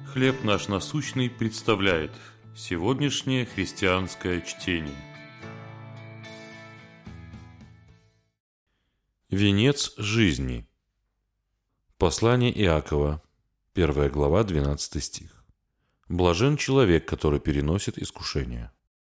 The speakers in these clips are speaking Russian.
«Хлеб наш насущный» представляет сегодняшнее христианское чтение. Венец жизни. Послание Иакова, 1 глава, 12 стих. Блажен человек, который переносит искушения.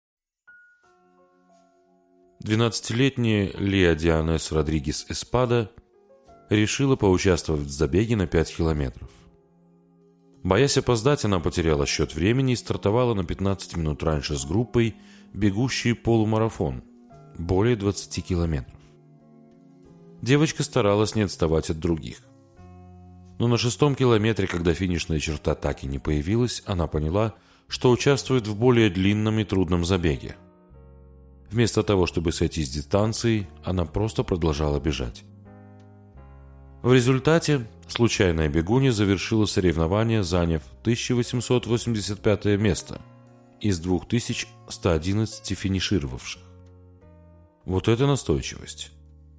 12-летняя Леа Дианес Родригес Эспада решила поучаствовать в забеге на 5 километров. Боясь опоздать, она потеряла счет времени и стартовала на 15 минут раньше с группой, бегущей полумарафон, более 20 километров. Девочка старалась не отставать от других. Но на 6-м километре, когда финишная черта так и не появилась, она поняла, что участвует в более длинном и трудном забеге. Вместо того, чтобы сойти с дистанции, она просто продолжала бежать. В результате случайная бегунья завершила соревнование, заняв 1885 место из 2111 финишировавших. Вот это настойчивость!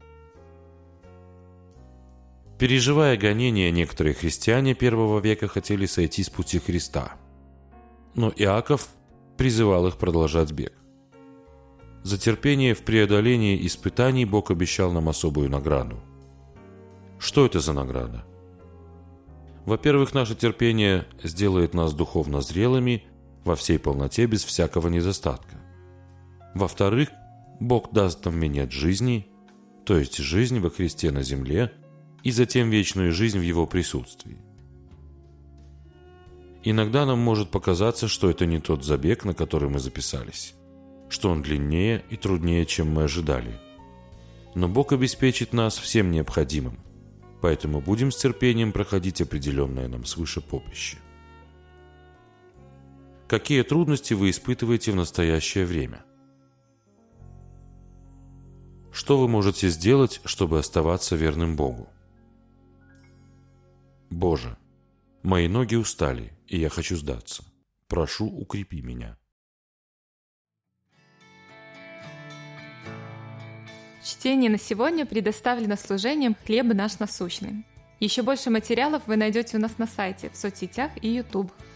Переживая гонения, некоторые христиане первого века хотели сойти с пути Христа. Но Иаков призывал их продолжать бег. За терпение в преодолении испытаний Бог обещал нам особую награду. Что это за награда? Во-первых, наше терпение сделает нас духовно зрелыми во всей полноте, без всякого недостатка. Во-вторых, Бог даст нам венец жизни, то есть жизнь во Христе на земле, и затем вечную жизнь в Его присутствии. Иногда нам может показаться, что это не тот забег, на который мы записались, что он длиннее и труднее, чем мы ожидали. Но Бог обеспечит нас всем необходимым. Поэтому будем с терпением проходить определенное нам свыше поприще. Какие трудности вы испытываете в настоящее время? Что вы можете сделать, чтобы оставаться верным Богу? Боже, мои ноги устали, и я хочу сдаться. Прошу, укрепи меня. Чтение на сегодня предоставлено служением «Хлеб наш насущный». Еще больше материалов вы найдете у нас на сайте, в соцсетях и YouTube.